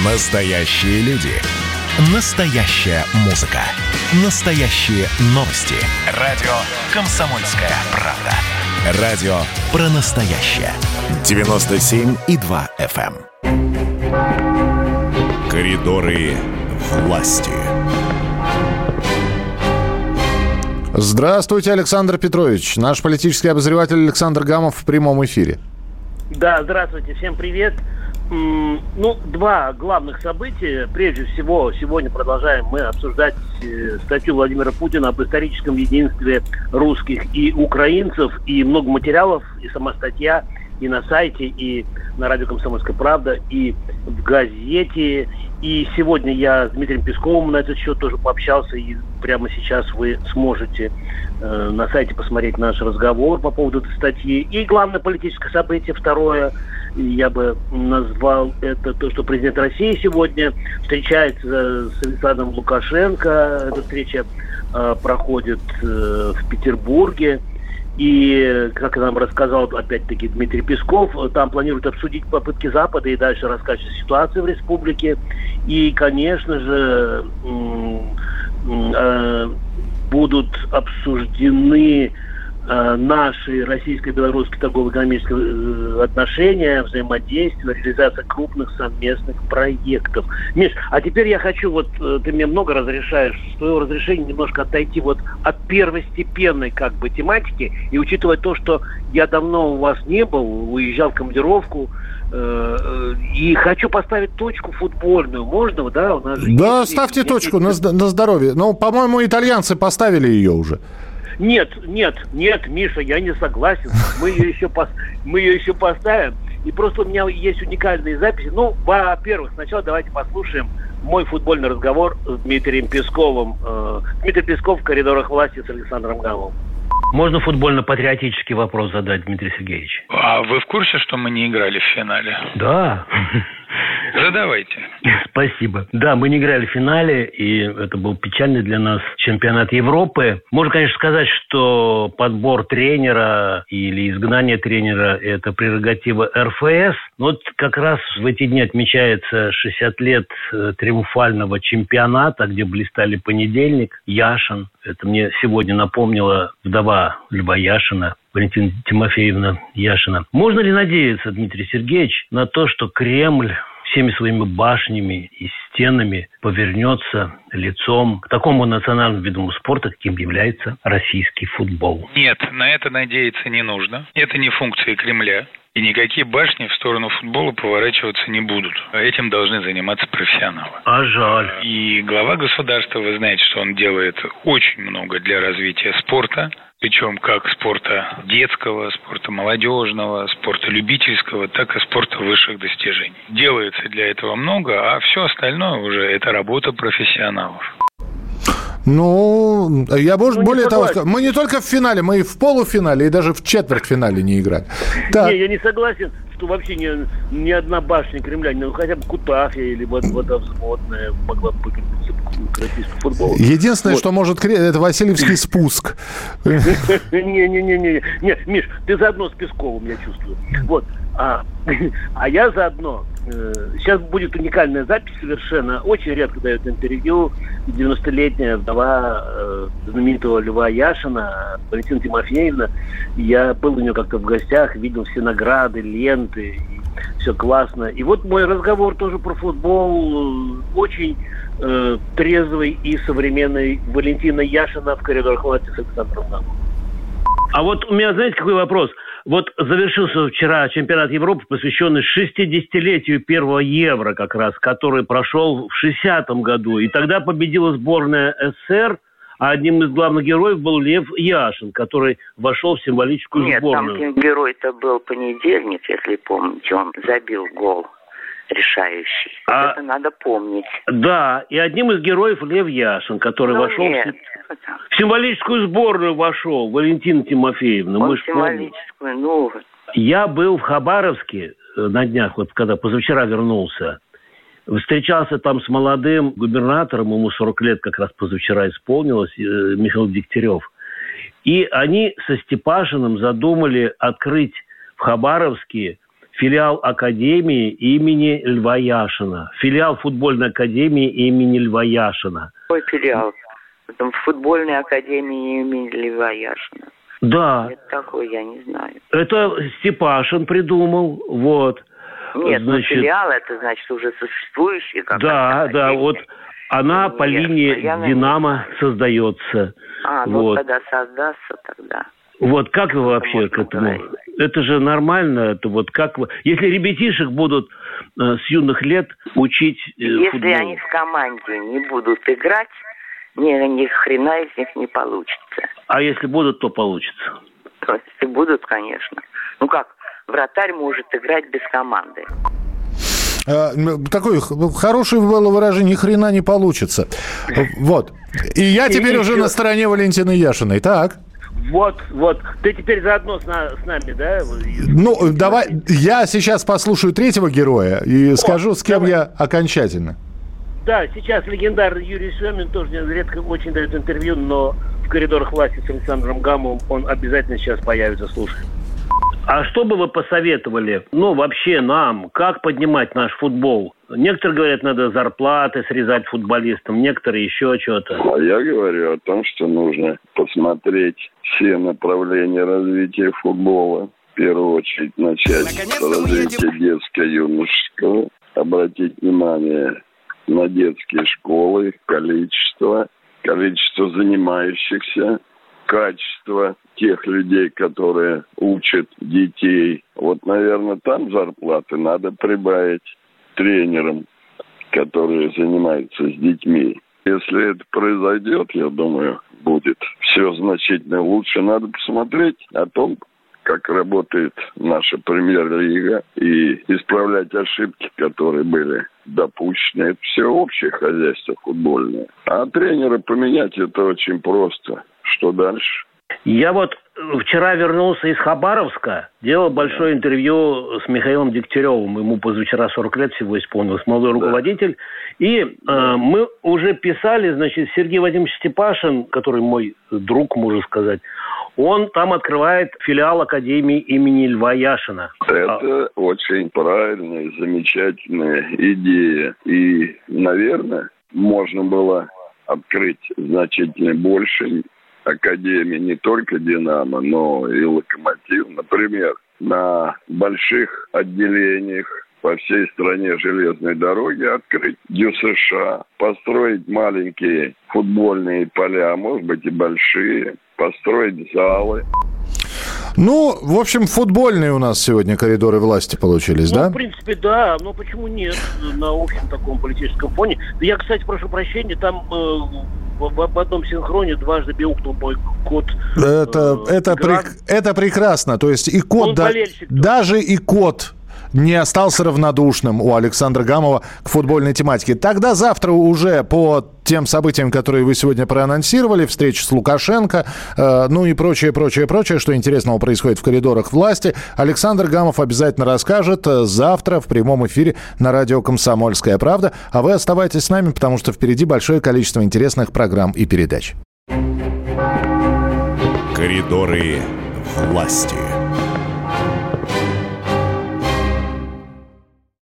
Настоящие люди. Настоящая музыка. Настоящие новости. Радио «Комсомольская правда». Радио про настоящее. 97,2 FM. Коридоры власти. Здравствуйте, Александр Петрович. Наш политический обозреватель Александр Гамов в прямом эфире. Да, здравствуйте, всем привет. Два главных события. Прежде всего, сегодня продолжаем мы обсуждать статью Владимира Путина об историческом единстве русских и украинцев. И много материалов, и сама статья, и на сайте, и на радио «Комсомольская правда», и в газете. И сегодня я с Дмитрием Песковым на этот счет тоже пообщался, и прямо сейчас вы сможете на сайте посмотреть наш разговор по поводу этой статьи. И главное политическое событие, второе, я бы назвал это то, что президент России сегодня встречается с Александром Лукашенко. Эта встреча проходит в Петербурге. И, как нам рассказал, опять-таки, Дмитрий Песков, там планируют обсудить попытки Запада и дальше раскачивать ситуацию в республике. И, конечно же, будут обсуждены наши российско-белорусские торгово-экономические отношения, взаимодействие, реализация крупных совместных проектов. Миш, а теперь я хочу, ты мне много разрешаешь, с твоего разрешения немножко отойти от первостепенной тематики и учитывая то, что я давно у вас не был, уезжал в командировку, и хочу поставить точку футбольную. Можно, да? У нас да, ставьте точку на здоровье. Но, по-моему, итальянцы поставили ее уже. Нет, Миша, я не согласен. Мы ее еще поставим. И просто у меня есть уникальные записи. Во-первых, сначала давайте послушаем мой футбольный разговор с Дмитрием Песковым. Дмитрий Песков в коридорах власти с Александром Гамовым. Можно футбольно-патриотический вопрос задать, Дмитрий Сергеевич? А вы в курсе, что мы не играли в финале? Да. Задавайте. Спасибо. Да, мы не играли в финале, и это был печальный для нас чемпионат Европы. Можно, конечно, сказать, что подбор тренера или изгнание тренера – это прерогатива РФС. Но как раз в эти дни отмечается 60 лет триумфального чемпионата, где блистали Понедельник, Яшин. Это мне сегодня напомнила вдова Льва Яшина, Валентина Тимофеевна Яшина. Можно ли надеяться, Дмитрий Сергеевич, на то, что Кремль всеми своими башнями и стенами повернется лицом к такому национальному виду спорта, каким является российский футбол? Нет, на это надеяться не нужно. Это не функция Кремля. И никакие башни в сторону футбола поворачиваться не будут. Этим должны заниматься профессионалы. А жаль. И глава государства, вы знаете, что он делает очень много для развития спорта. Причем как спорта детского, спорта молодежного, спорта любительского, так и спорта высших достижений. Делается для этого много, а все остальное уже это работа профессионалов. Я более того скажу, мы не только в финале, мы и в полуфинале, и даже в четвертьфинале не играли. Так. Не, я не согласен, что вообще ни одна башня Кремля, хотя бы Кутафья или водовзводная могла бы прикрепиться к российскому футболу. Единственное, что может это Васильевский спуск. Не, Миш, ты заодно с Песковым, я чувствую. А я заодно. Сейчас будет уникальная запись совершенно. Очень редко дает интервью 90-летняя вдова знаменитого Льва Яшина, Валентина Тимофеевна. Я был у нее как-то в гостях, видел все награды, ленты, и все классно. И мой разговор тоже про футбол. Очень трезвый и современный Валентина Яшина в коридорах власти с Александром Гамовым. А у меня, знаете, какой вопрос? Завершился вчера чемпионат Европы, посвященный 60-летию первого Евро как раз, который прошел в 60-м году. И тогда победила сборная СССР, а одним из главных героев был Лев Яшин, который вошел в символическую сборную. Нет, там герой-то был Понедельник, если помните, он забил гол решающий. Это надо помнить. Да, и одним из героев Лев Яшин, который вошел в символическую сборную вошел, Валентина Тимофеевна. Он символическую, Я был в Хабаровске на днях, когда позавчера вернулся. Встречался там с молодым губернатором, ему 40 лет как раз позавчера исполнилось, Михаил Дегтярев. И они со Степашиным задумали открыть в Хабаровске филиал Академии имени Льва Яшина. Филиал футбольной академии имени Льва Яшина. Какой филиал? Потом в футбольной академии имени Льва Яшина. Да. Это такое, я не знаю. Это Степашин придумал, вот. Нет, значит, филиал, это значит уже существующий. Да, вот она по линии «Динамо» создается. Ну когда создастся, тогда. Вот как вы вообще к этому? Говорить. Это же нормально. Это вот как вы... Если ребятишек будут с юных лет учить Если футболу. Они в команде не будут играть, ни хрена из них не получится. А если будут, то получится? Если будут, конечно. Ну как, вратарь может играть без команды. Такое хорошее было выражение, ни хрена не получится. Вот. И я теперь уже на стороне Валентины Яшиной. Так. Вот. Ты теперь заодно с нами, да? Ну, давай, я сейчас послушаю третьего героя и скажу, с кем я окончательно. Да, сейчас легендарный Юрий Семин тоже редко очень дает интервью, но в коридорах власти с Александром Гамовым он обязательно сейчас появится, слушай. А что бы вы посоветовали, вообще нам, как поднимать наш футбол? Некоторые говорят, надо зарплаты срезать футболистам, некоторые еще что-то. А я говорю о том, что нужно посмотреть все направления развития футбола. В первую очередь начать с развития детско-юношеского, обратить внимание на детские школы, их количество занимающихся, качество тех людей, которые учат детей. Вот, наверное, там зарплаты надо прибавить тренерам, которые занимаются с детьми. Если это произойдет, я думаю, будет все значительно лучше. Надо посмотреть о том, как работает наша премьер-лига, и исправлять ошибки, которые были допущены. Это все общее хозяйство футбольное. А тренера поменять это очень просто. Что дальше? Я вот вчера вернулся из Хабаровска, делал большое интервью с Михаилом Дегтяревым. Ему позавчера 40 лет всего исполнилось, молодой руководитель. И мы уже писали, значит, Сергей Вадимович Степашин, который мой друг, можно сказать, он там открывает филиал Академии имени Льва Яшина. Это очень правильная, замечательная идея. И, наверное, можно было открыть значительно больше академий, не только «Динамо», но и «Локомотив». Например, на больших отделениях по всей стране железной дороги открыть ДЮСШ, построить маленькие футбольные поля, может быть и большие, построить залы. Ну, в общем, футбольные у нас сегодня коридоры власти получились, да? В принципе, да. Но почему нет на общем таком политическом фоне? Я, кстати, прошу прощения, там в одном синхроне дважды мяукнул мой кот. Это прекрасно. То есть и кот, даже и кот не остался равнодушным у Александра Гамова к футбольной тематике. Тогда завтра уже по тем событиям, которые вы сегодня проанонсировали, встреча с Лукашенко, ну и прочее, что интересного происходит в коридорах власти, Александр Гамов обязательно расскажет завтра в прямом эфире на радио «Комсомольская правда». А вы оставайтесь с нами, потому что впереди большое количество интересных программ и передач. Коридоры власти.